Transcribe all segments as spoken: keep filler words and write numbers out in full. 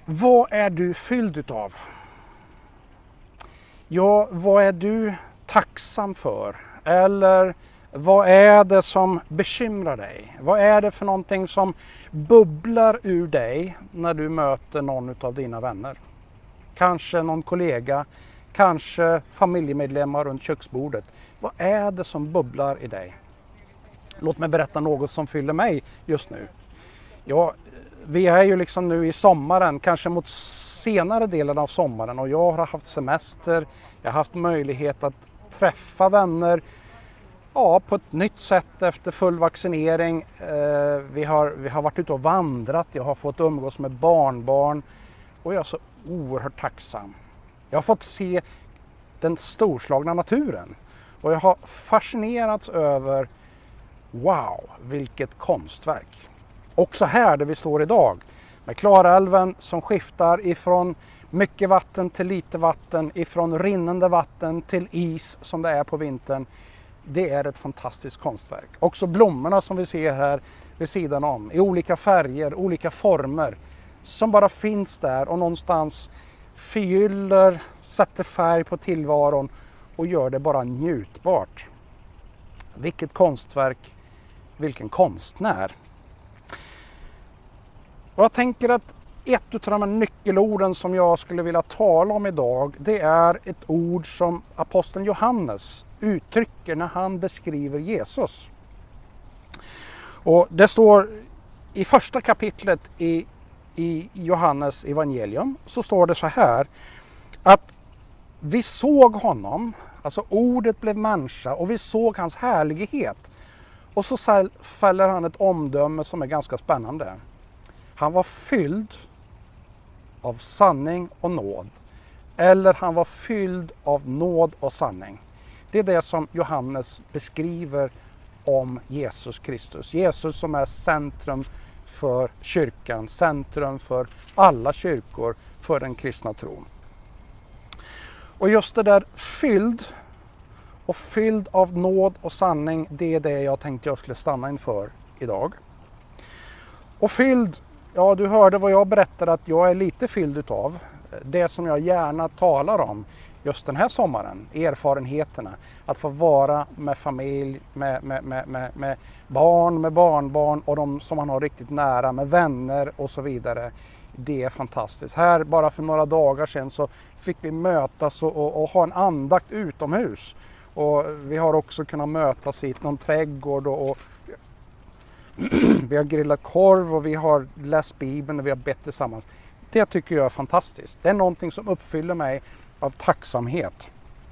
Vad är du fylld utav? Ja, vad är du tacksam för? Eller vad är det som bekymrar dig? Vad är det för någonting som bubblar ur dig när du möter någon av dina vänner? Kanske någon kollega, kanske familjemedlemmar runt köksbordet. Vad är det som bubblar i dig? Låt mig berätta något som fyller mig just nu. Ja, vi är ju liksom nu i sommaren, kanske mot senare delen av sommaren, och jag har haft semester, jag har haft möjlighet att träffa vänner ja, på ett nytt sätt efter full vaccinering. Eh, vi, har, vi har varit ute och vandrat, jag har fått umgås med barnbarn och jag är så oerhört tacksam. Jag har fått se den storslagna naturen och jag har fascinerats över wow, vilket konstverk. Också här där vi står idag med Klarälven som skiftar ifrån mycket vatten till lite vatten, ifrån rinnande vatten till is som det är på vintern. Det är ett fantastiskt konstverk. Också blommorna som vi ser här vid sidan om i olika färger, olika former som bara finns där och någonstans förgyller, sätter färg på tillvaron och gör det bara njutbart. Vilket konstverk, vilken konstnär. Och jag tänker att ett av de här nyckelorden som jag skulle vilja tala om idag, det är ett ord som aposteln Johannes uttrycker när han beskriver Jesus. Och det står i första kapitlet i, i Johannes evangelium, så står det så här att vi såg honom, alltså ordet blev människa och vi såg hans härlighet. Och så fäller han ett omdöme som är ganska spännande. Han var fylld av sanning och nåd. Eller han var fylld av nåd och sanning. Det är det som Johannes beskriver om Jesus Kristus. Jesus som är centrum för kyrkan, centrum för alla kyrkor, för den kristna tron. Och just det där fylld och fylld av nåd och sanning, det är det jag tänkte jag skulle stanna inför idag. Och fylld, ja du hörde vad jag berättade att jag är lite fylld utav. Det som jag gärna talar om just den här sommaren, erfarenheterna. Att få vara med familj, med, med, med, med, med barn, med barnbarn och de som man har riktigt nära, med vänner och så vidare. Det är fantastiskt. Här bara för några dagar sedan så fick vi mötas och, och, och ha en andakt utomhus. Och vi har också kunnat mötas i någon trädgård och, och vi har grillat korv och vi har läst Bibeln och vi har bett tillsammans. Det tycker jag är fantastiskt. Det är någonting som uppfyller mig av tacksamhet.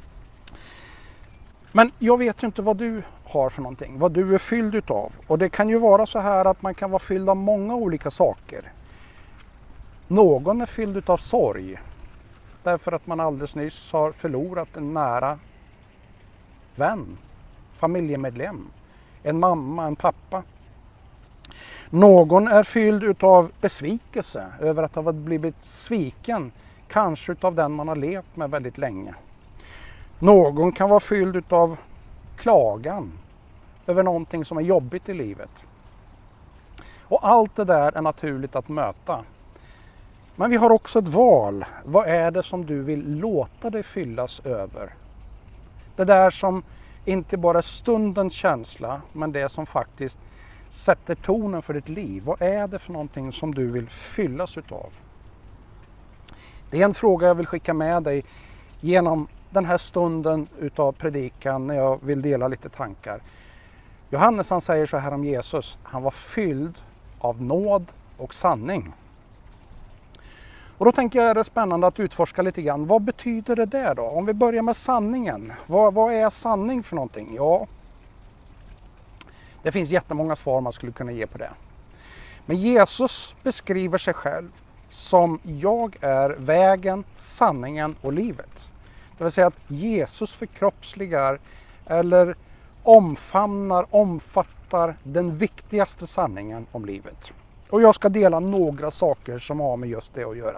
Men jag vet ju inte vad du har för någonting, vad du är fylld utav. Och det kan ju vara så här att man kan vara fylld av många olika saker. Någon är fylld utav sorg. Därför att man alldeles nyss har förlorat en nära vän, familjemedlem, en mamma, en pappa. Någon är fylld utav besvikelse över att ha blivit sviken, kanske utav den man har levt med väldigt länge. Någon kan vara fylld utav klagan över någonting som är jobbigt i livet. Och allt det där är naturligt att möta. Men vi har också ett val. Vad är det som du vill låta dig fyllas över? Det där som inte bara är stundens känsla, men det som faktiskt sätter tonen för ditt liv. Vad är det för någonting som du vill fyllas utav? Det är en fråga jag vill skicka med dig genom den här stunden utav predikan när jag vill dela lite tankar. Johannes han säger så här om Jesus. Han var fylld av nåd och sanning. Och då tänker jag att det är spännande att utforska lite grann. Vad betyder det där då? Om vi börjar med sanningen. Vad, vad är sanning för någonting? Ja, det finns jättemånga svar man skulle kunna ge på det. Men Jesus beskriver sig själv som jag är vägen, sanningen och livet. Det vill säga att Jesus förkroppsligar eller omfamnar, omfattar den viktigaste sanningen om livet. Och jag ska dela några saker som har med just det att göra.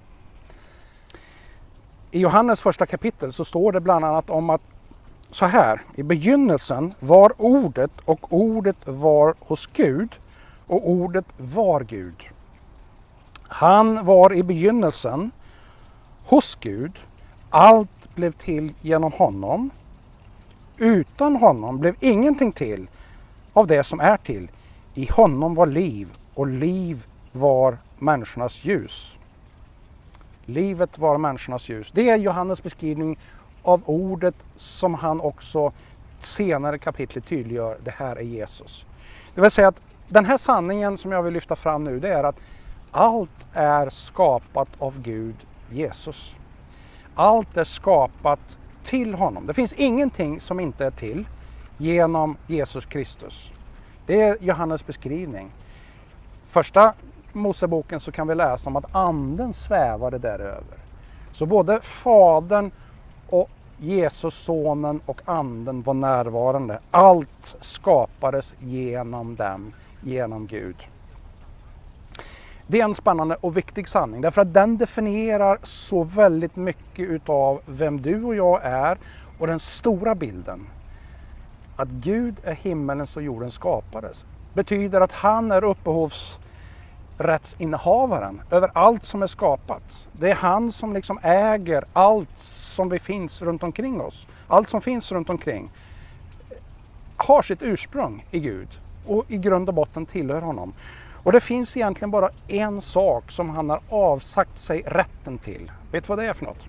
I Johannes första kapitel så står det bland annat om att så här, i begynnelsen var ordet och ordet var hos Gud och ordet var Gud. Han var i begynnelsen hos Gud. Allt blev till genom honom. Utan honom blev ingenting till av det som är till. I honom var liv, och liv var människornas ljus. Livet var människornas ljus. Det är Johannes beskrivning av ordet som han också senare kapitlet tydliggör. Det här är Jesus. Det vill säga att den här sanningen som jag vill lyfta fram nu, det är att allt är skapat av Gud, Jesus. Allt är skapat till honom. Det finns ingenting som inte är till genom Jesus Kristus. Det är Johannes beskrivning. Första Moseboken så kan vi läsa om att anden svävade däröver. Så både fadern och Jesus, sonen och anden var närvarande. Allt skapades genom dem, genom Gud. Det är en spännande och viktig sanning därför att den definierar så väldigt mycket utav vem du och jag är och den stora bilden. Att Gud är himmelens och jordens skapades betyder att han är upphovsrättsinnehavaren över allt som är skapat. Det är han som liksom äger allt som vi finns runt omkring oss. Allt som finns runt omkring har sitt ursprung i Gud och i grund och botten tillhör honom. Och det finns egentligen bara en sak som han har avsagt sig rätten till. Vet du vad det är för något?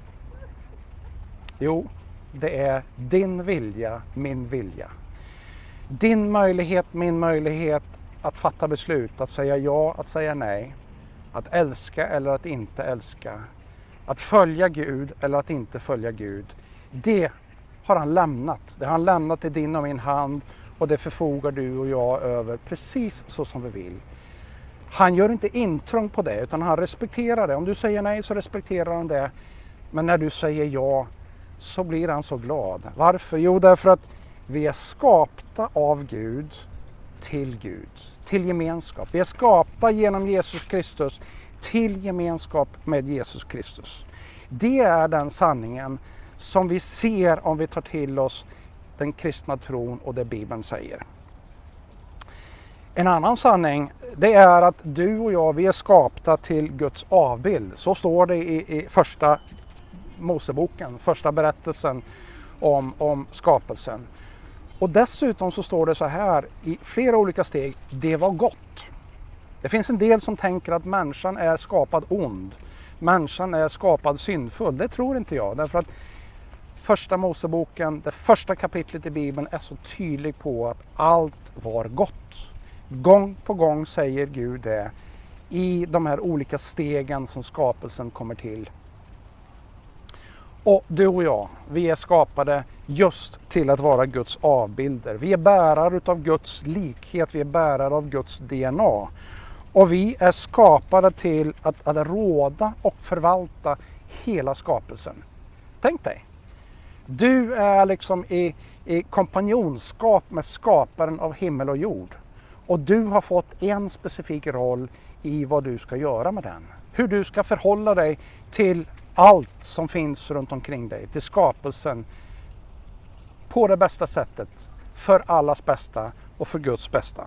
Jo, det är din vilja, min vilja. Din möjlighet, min möjlighet att fatta beslut, att säga ja, att säga nej. Att älska eller att inte älska. Att följa Gud eller att inte följa Gud. Det har han lämnat. Det har han lämnat i din och min hand. Och det förfogar du och jag över precis så som vi vill. Han gör inte intrång på det utan han respekterar det. Om du säger nej så respekterar han det. Men när du säger ja så blir han så glad. Varför? Jo, därför att vi är skapta av Gud till Gud. Till gemenskap. Vi är skapta genom Jesus Kristus till gemenskap med Jesus Kristus. Det är den sanningen som vi ser om vi tar till oss den kristna tron och det Bibeln säger. En annan sanning, det är att du och jag, vi är skapta till Guds avbild. Så står det i, i första Moseboken, första berättelsen om, om skapelsen. Och dessutom så står det så här i flera olika steg, det var gott. Det finns en del som tänker att människan är skapad ond. Människan är skapad syndfull. Det tror inte jag, därför att Första Moseboken, det första kapitlet i Bibeln är så tydlig på att allt var gott. Gång på gång säger Gud det i de här olika stegen som skapelsen kommer till. Och du och jag, vi är skapade just till att vara Guds avbilder. Vi är bärare av Guds likhet, vi är bärare av Guds D N A. Och vi är skapade till att, att råda och förvalta hela skapelsen. Tänk dig. Du är liksom i, i kompanjonskap med skaparen av himmel och jord. Och du har fått en specifik roll i vad du ska göra med den. Hur du ska förhålla dig till allt som finns runt omkring dig. Till skapelsen. På det bästa sättet. För allas bästa och för Guds bästa.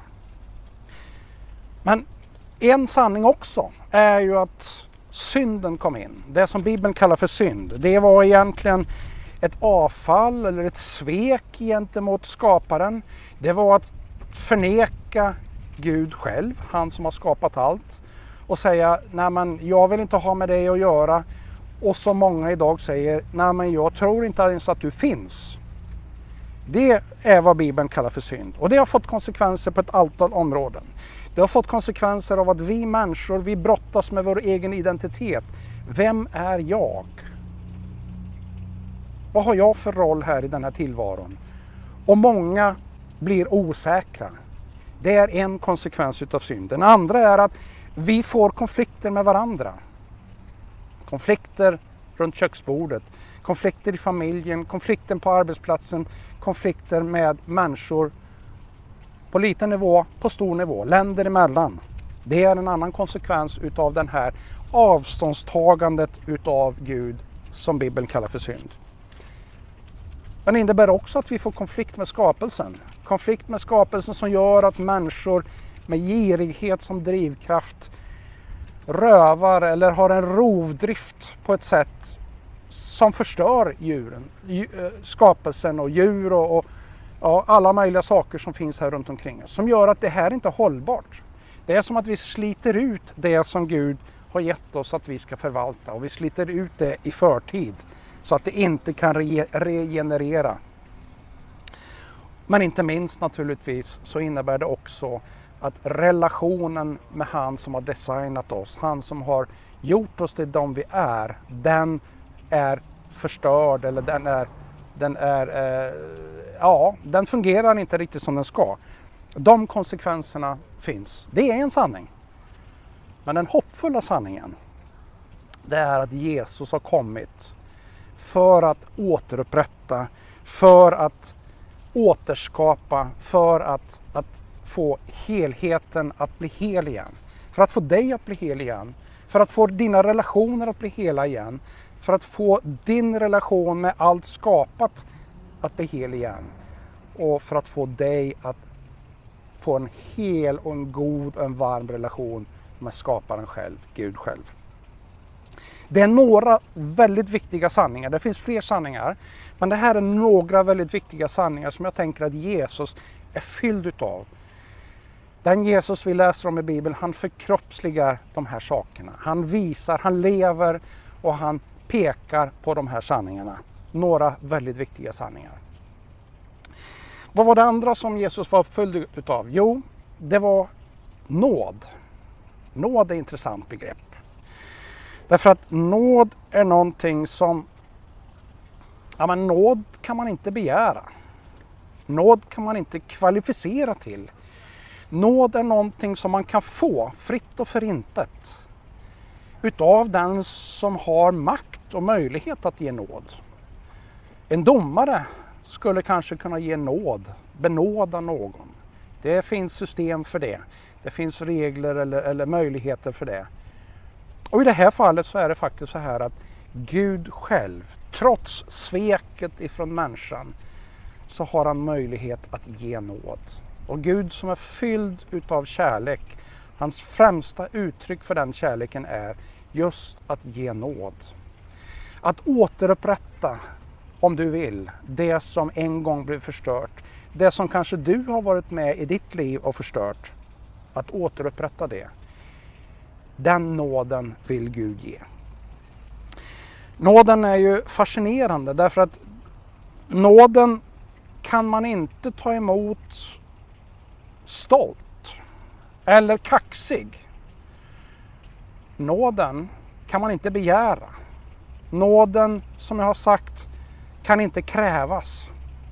Men en sanning också är ju att synden kom in. Det som Bibeln kallar för synd. Det var egentligen ett avfall eller ett svek gentemot skaparen. Det var att förneka Gud själv, han som har skapat allt. Och säga, nej men jag vill inte ha med dig att göra. Och som många idag säger, nej men jag tror inte ens att du finns. Det är vad Bibeln kallar för synd. Och det har fått konsekvenser på ett antal områden. Det har fått konsekvenser av att vi människor, vi brottas med vår egen identitet. Vem är jag? Vad har jag för roll här i den här tillvaron? Och många blir osäkra. Det är en konsekvens utav synd. Den andra är att vi får konflikter med varandra. Konflikter runt köksbordet. Konflikter i familjen. Konflikter på arbetsplatsen. Konflikter med människor på liten nivå, på stor nivå. Länder emellan. Det är en annan konsekvens utav den här avståndstagandet utav Gud som Bibeln kallar för synd. Men det innebär också att vi får konflikt med skapelsen. Konflikt med skapelsen som gör att människor med girighet som drivkraft rövar eller har en rovdrift på ett sätt som förstör djuren, skapelsen och djur och, och ja, alla möjliga saker som finns här runt omkring oss. Som gör att det här inte är hållbart. Det är som att vi sliter ut det som Gud har gett oss att vi ska förvalta. Och vi sliter ut det i förtid så att det inte kan re- regenerera. Men inte minst naturligtvis så innebär det också att relationen med han som har designat oss, han som har gjort oss till de vi är, den är förstörd eller den är, den är eh, ja, den fungerar inte riktigt som den ska. De konsekvenserna finns. Det är en sanning. Men den hoppfulla sanningen, det är att Jesus har kommit för att återupprätta, för att återskapa, för att, att få helheten att bli hel igen. För att få dig att bli hel igen. För att få dina relationer att bli hela igen. För att få din relation med allt skapat att bli hel igen. Och för att få dig att få en hel och en god och en varm relation med skaparen själv, Gud själv. Det är några väldigt viktiga sanningar. Det finns fler sanningar. Men det här är några väldigt viktiga sanningar som jag tänker att Jesus är fylld utav. Den Jesus vi läser om i Bibeln, han förkroppsligar de här sakerna. Han visar, han lever och han pekar på de här sanningarna. Några väldigt viktiga sanningar. Vad var det andra som Jesus var uppfylld utav? Jo, det var nåd. Nåd är ett intressant begrepp. Därför att nåd är någonting som, ja men nåd kan man inte begära. Nåd kan man inte kvalificera till. Nåd är någonting som man kan få fritt och förintet utav den som har makt och möjlighet att ge nåd. En domare skulle kanske kunna ge nåd, benåda någon. Det finns system för det. Det finns regler eller, eller möjligheter för det. Och i det här fallet så är det faktiskt så här att Gud själv, trots sveket ifrån människan, så har han möjlighet att ge nåd. Och Gud som är fylld utav kärlek, hans främsta uttryck för den kärleken är just att ge nåd. Att återupprätta, om du vill, det som en gång blev förstört. Det som kanske du har varit med i ditt liv och förstört. Att återupprätta det. Den nåden vill Gud ge. Nåden är ju fascinerande därför att nåden kan man inte ta emot stolt eller kaxig. Nåden kan man inte begära. Nåden, som jag har sagt, kan inte krävas.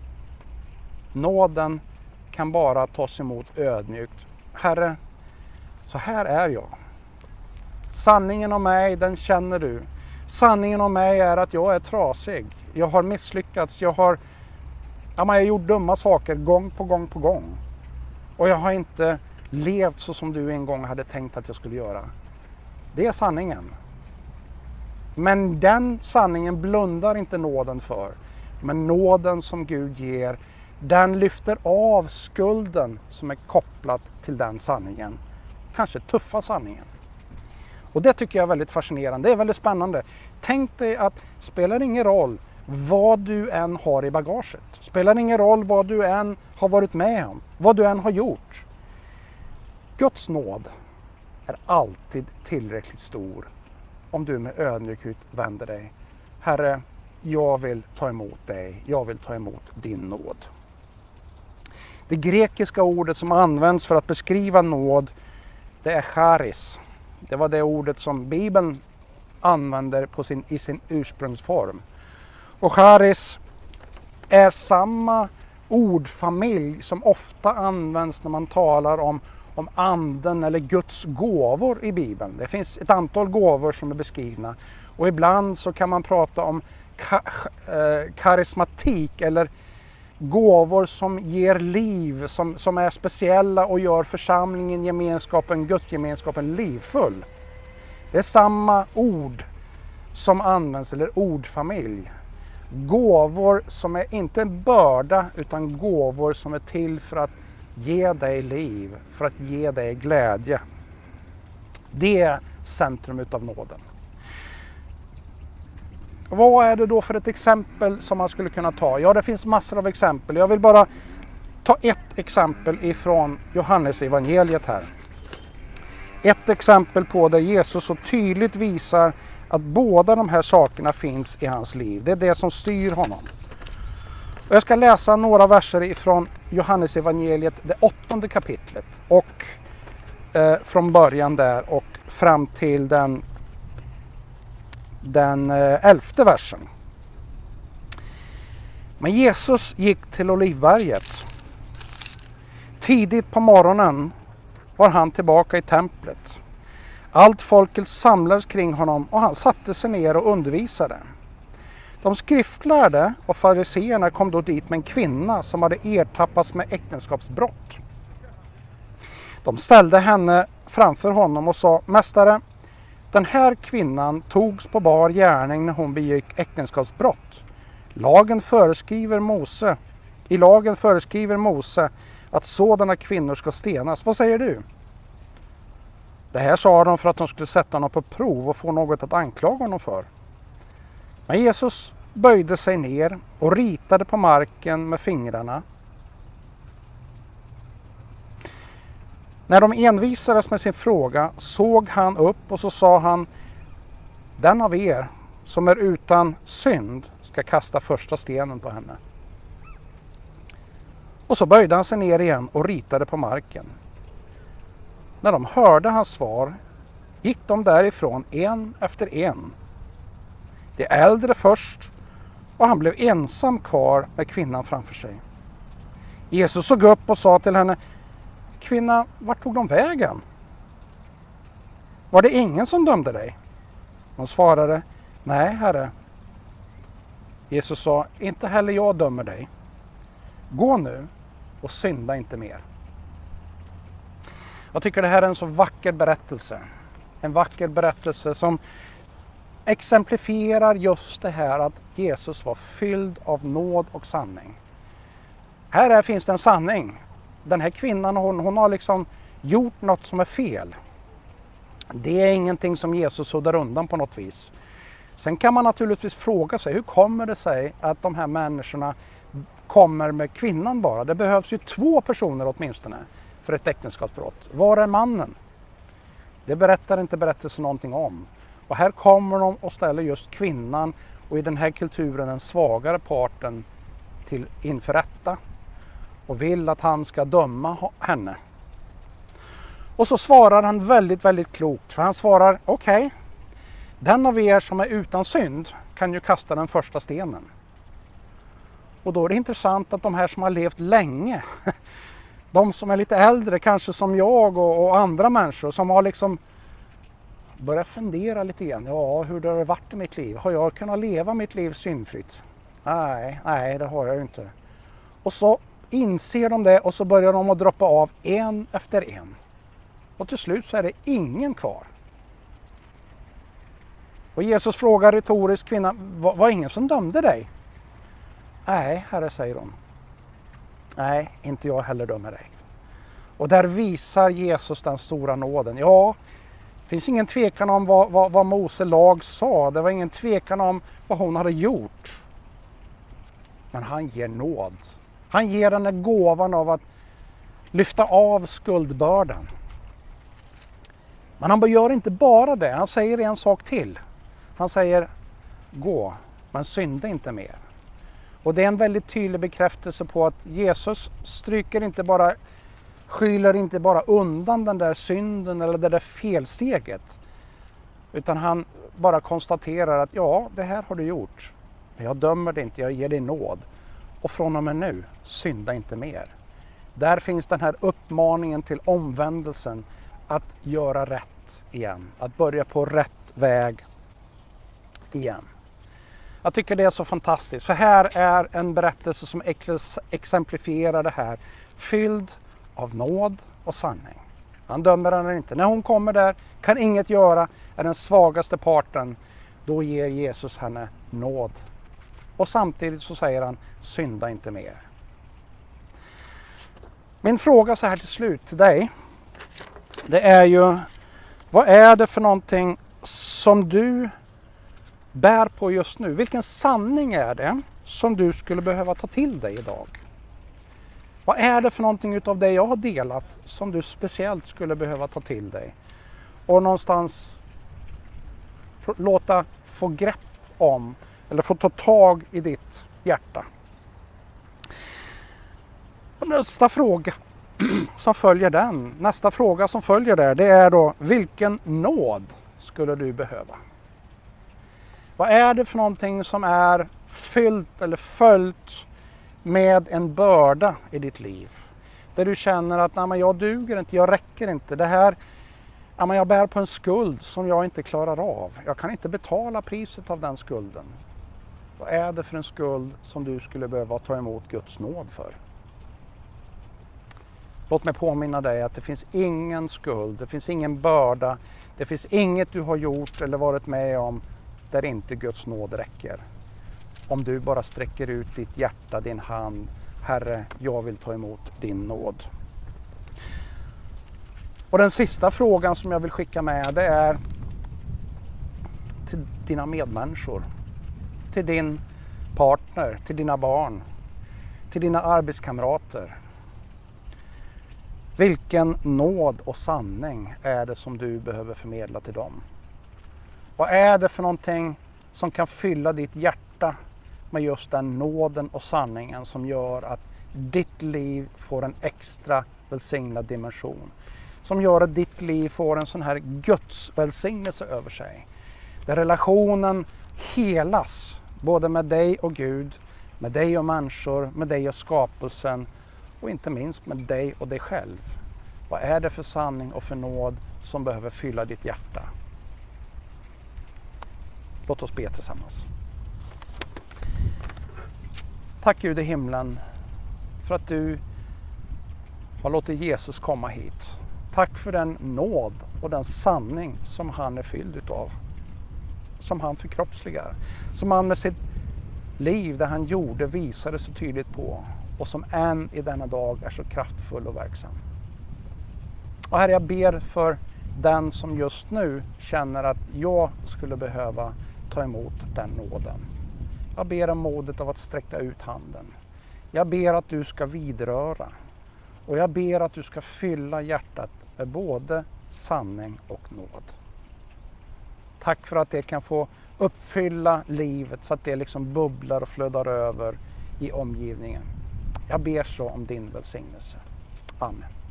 Nåden kan bara tas emot ödmjukt. Herre, så här är jag. Sanningen om mig, den känner du. Sanningen om mig är att jag är trasig. Jag har misslyckats. Jag har, ja, jag har gjort dumma saker gång på gång på gång. Och jag har inte levt så som du en gång hade tänkt att jag skulle göra. Det är sanningen. Men den sanningen blundar inte nåden för. Men nåden som Gud ger, den lyfter av skulden som är kopplad till den sanningen. Kanske tuffa sanningen. Och det tycker jag är väldigt fascinerande. Det är väldigt spännande. Tänk dig att det spelar ingen roll vad du än har i bagaget. Spelar ingen roll vad du än har varit med om. Vad du än har gjort. Guds nåd är alltid tillräckligt stor om du med ödmjukhet vänder dig. Herre, jag vill ta emot dig. Jag vill ta emot din nåd. Det grekiska ordet som används för att beskriva nåd, det är charis. Det var det ordet som Bibeln använder på sin, i sin ursprungsform. Och charis är samma ordfamilj som ofta används när man talar om, om anden eller Guds gåvor i Bibeln. Det finns ett antal gåvor som är beskrivna. Och ibland så kan man prata om ka, eh, karismatik eller gåvor som ger liv, som, som är speciella och gör församlingen, gemenskapen, gudsgemenskapen livfull. Det är samma ord som används, eller ordfamilj. Gåvor som är inte en börda utan gåvor som är till för att ge dig liv, för att ge dig glädje. Det är centrum utav nåden. Vad är det då för ett exempel som man skulle kunna ta? Ja, det finns massor av exempel. Jag vill bara ta ett exempel ifrån Johannes evangeliet här. Ett exempel på där Jesus så tydligt visar att båda de här sakerna finns i hans liv. Det är det som styr honom. Och jag ska läsa några verser ifrån Johannes evangeliet, det åttonde kapitlet. Och eh, från början där och fram till den, den eh, elfte versen. Men Jesus gick till Olivberget. Tidigt på morgonen var han tillbaka i templet. Allt folket samlades kring honom och han satte sig ner och undervisade. De skriftlärde och fariseerna kom då dit med en kvinna som hade ertappats med äktenskapsbrott. De ställde henne framför honom och sa: Mästare, den här kvinnan togs på bar gärning när hon begick äktenskapsbrott. Lagen föreskriver Mose, I lagen föreskriver Mose att sådana kvinnor ska stenas. Vad säger du? Det här sa de för att de skulle sätta honom på prov och få något att anklaga honom för. Men Jesus böjde sig ner och ritade på marken med fingrarna. När de envisades med sin fråga såg han upp och så sa han: Den av er som är utan synd ska kasta första stenen på henne. Och så böjde han sig ner igen och ritade på marken. När de hörde hans svar gick de därifrån en efter en. De äldre först, och han blev ensam kvar med kvinnan framför sig. Jesus såg upp och sa till henne: Kvinna, vart tog de vägen? Var det ingen som dömde dig? Hon svarade: Nej, Herre. Jesus sa: Inte heller jag dömer dig. Gå nu och synda inte mer. Jag tycker det här är en så vacker berättelse. En vacker berättelse som exemplifierar just det här att Jesus var fylld av nåd och sanning. Här är, finns det en sanning. Den här kvinnan, hon, hon har liksom gjort något som är fel. Det är ingenting som Jesus suddar undan på något vis. Sen kan man naturligtvis fråga sig, hur kommer det sig att de här människorna kommer med kvinnan bara? Det behövs ju två personer åtminstone för ett äktenskapsbrott. Var är mannen? Det berättar inte berättelsen någonting om. Och här kommer de och ställer just kvinnan, och i den här kulturen den svagare parten, till inför rätta och vill att han ska döma henne. Och så svarar han väldigt, väldigt klokt, för han svarar: okej, okay, den av er som är utan synd kan ju kasta den första stenen. Och då är det intressant att de här som har levt länge, de som är lite äldre, kanske som jag och, och andra människor som har liksom börjat fundera lite grann. Ja, hur det har varit i mitt liv? Har jag kunnat leva mitt liv syndfritt? Nej, nej, det har jag ju inte. Och så inser de det och så börjar de att droppa av en efter en. Och till slut så är det ingen kvar. Och Jesus frågar retoriskt kvinnan: var, var ingen som dömde dig? Nej, Herre, säger hon. Nej, inte jag heller dömer dig. Och där visar Jesus den stora nåden. Ja, det finns ingen tvekan om vad, vad, vad Mose lag sa. Det var ingen tvekan om vad hon hade gjort. Men han ger nåd. Han ger henne gåvan av att lyfta av skuldbördan. Men han gör inte bara det. Han säger en sak till. Han säger: gå, men synda inte mer. Och det är en väldigt tydlig bekräftelse på att Jesus stryker inte bara, skyller inte bara undan den där synden eller det där felsteget. Utan han bara konstaterar att ja, det här har du gjort. Men jag dömer dig inte, jag ger dig nåd. Och från och med nu, synda inte mer. Där finns den här uppmaningen till omvändelsen, att göra rätt igen. Att börja på rätt väg igen. Jag tycker det är så fantastiskt. För här är en berättelse som exemplifierar det här. Fylld av nåd och sanning. Han dömer henne inte. När hon kommer där, kan inget göra, är den svagaste parten. Då ger Jesus henne nåd. Och samtidigt så säger han: synda inte mer. Min fråga så här till slut till dig, det är ju: Vad är det för någonting som du bär på just nu? Vilken sanning är det som du skulle behöva ta till dig idag? Vad är det för någonting utav det jag har delat som du speciellt skulle behöva ta till dig? Och någonstans låta få grepp om eller få ta tag i ditt hjärta. Och nästa fråga som följer den, nästa fråga som följer där, det är då: vilken nåd skulle du behöva? Vad är det för någonting som är fyllt eller följt med en börda i ditt liv? Där du känner att nej, men jag duger inte, jag räcker inte. Det här, ja, men jag bär på en skuld som jag inte klarar av. Jag kan inte betala priset av den skulden. Vad är det för en skuld som du skulle behöva ta emot Guds nåd för? Låt mig påminna dig att det finns ingen skuld, det finns ingen börda, det finns inget du har gjort eller varit med om där inte Guds nåd räcker. Om du bara sträcker ut ditt hjärta, din hand: Herre, jag vill ta emot din nåd. Och den sista frågan som jag vill skicka med, det är till dina medmänniskor, till din partner, till dina barn, till dina arbetskamrater. Vilken nåd och sanning är det som du behöver förmedla till dem? Vad är det för någonting som kan fylla ditt hjärta med just den nåden och sanningen som gör att ditt liv får en extra välsignad dimension? Som gör att ditt liv får en sån här Guds välsignelse över sig. Där relationen helas, både med dig och Gud, med dig och människor, med dig och skapelsen och inte minst med dig och dig själv. Vad är det för sanning och för nåd som behöver fylla ditt hjärta? Låt oss be tillsammans. Tack Gud i himlen för att du har låtit Jesus komma hit. Tack för den nåd och den sanning som han är fylld utav. Som han förkroppsligar. Som han med sitt liv, det han gjorde, visade så tydligt på. Och som än i denna dag är så kraftfull och verksam. Och Herre, jag ber för den som just nu känner att jag skulle behöva ta emot den nåden. Jag ber om modet av att sträcka ut handen. Jag ber att du ska vidröra. Och jag ber att du ska fylla hjärtat med både sanning och nåd. Tack för att det kan få uppfylla livet så att det liksom bubblar och flödar över i omgivningen. Jag ber så om din välsignelse. Amen.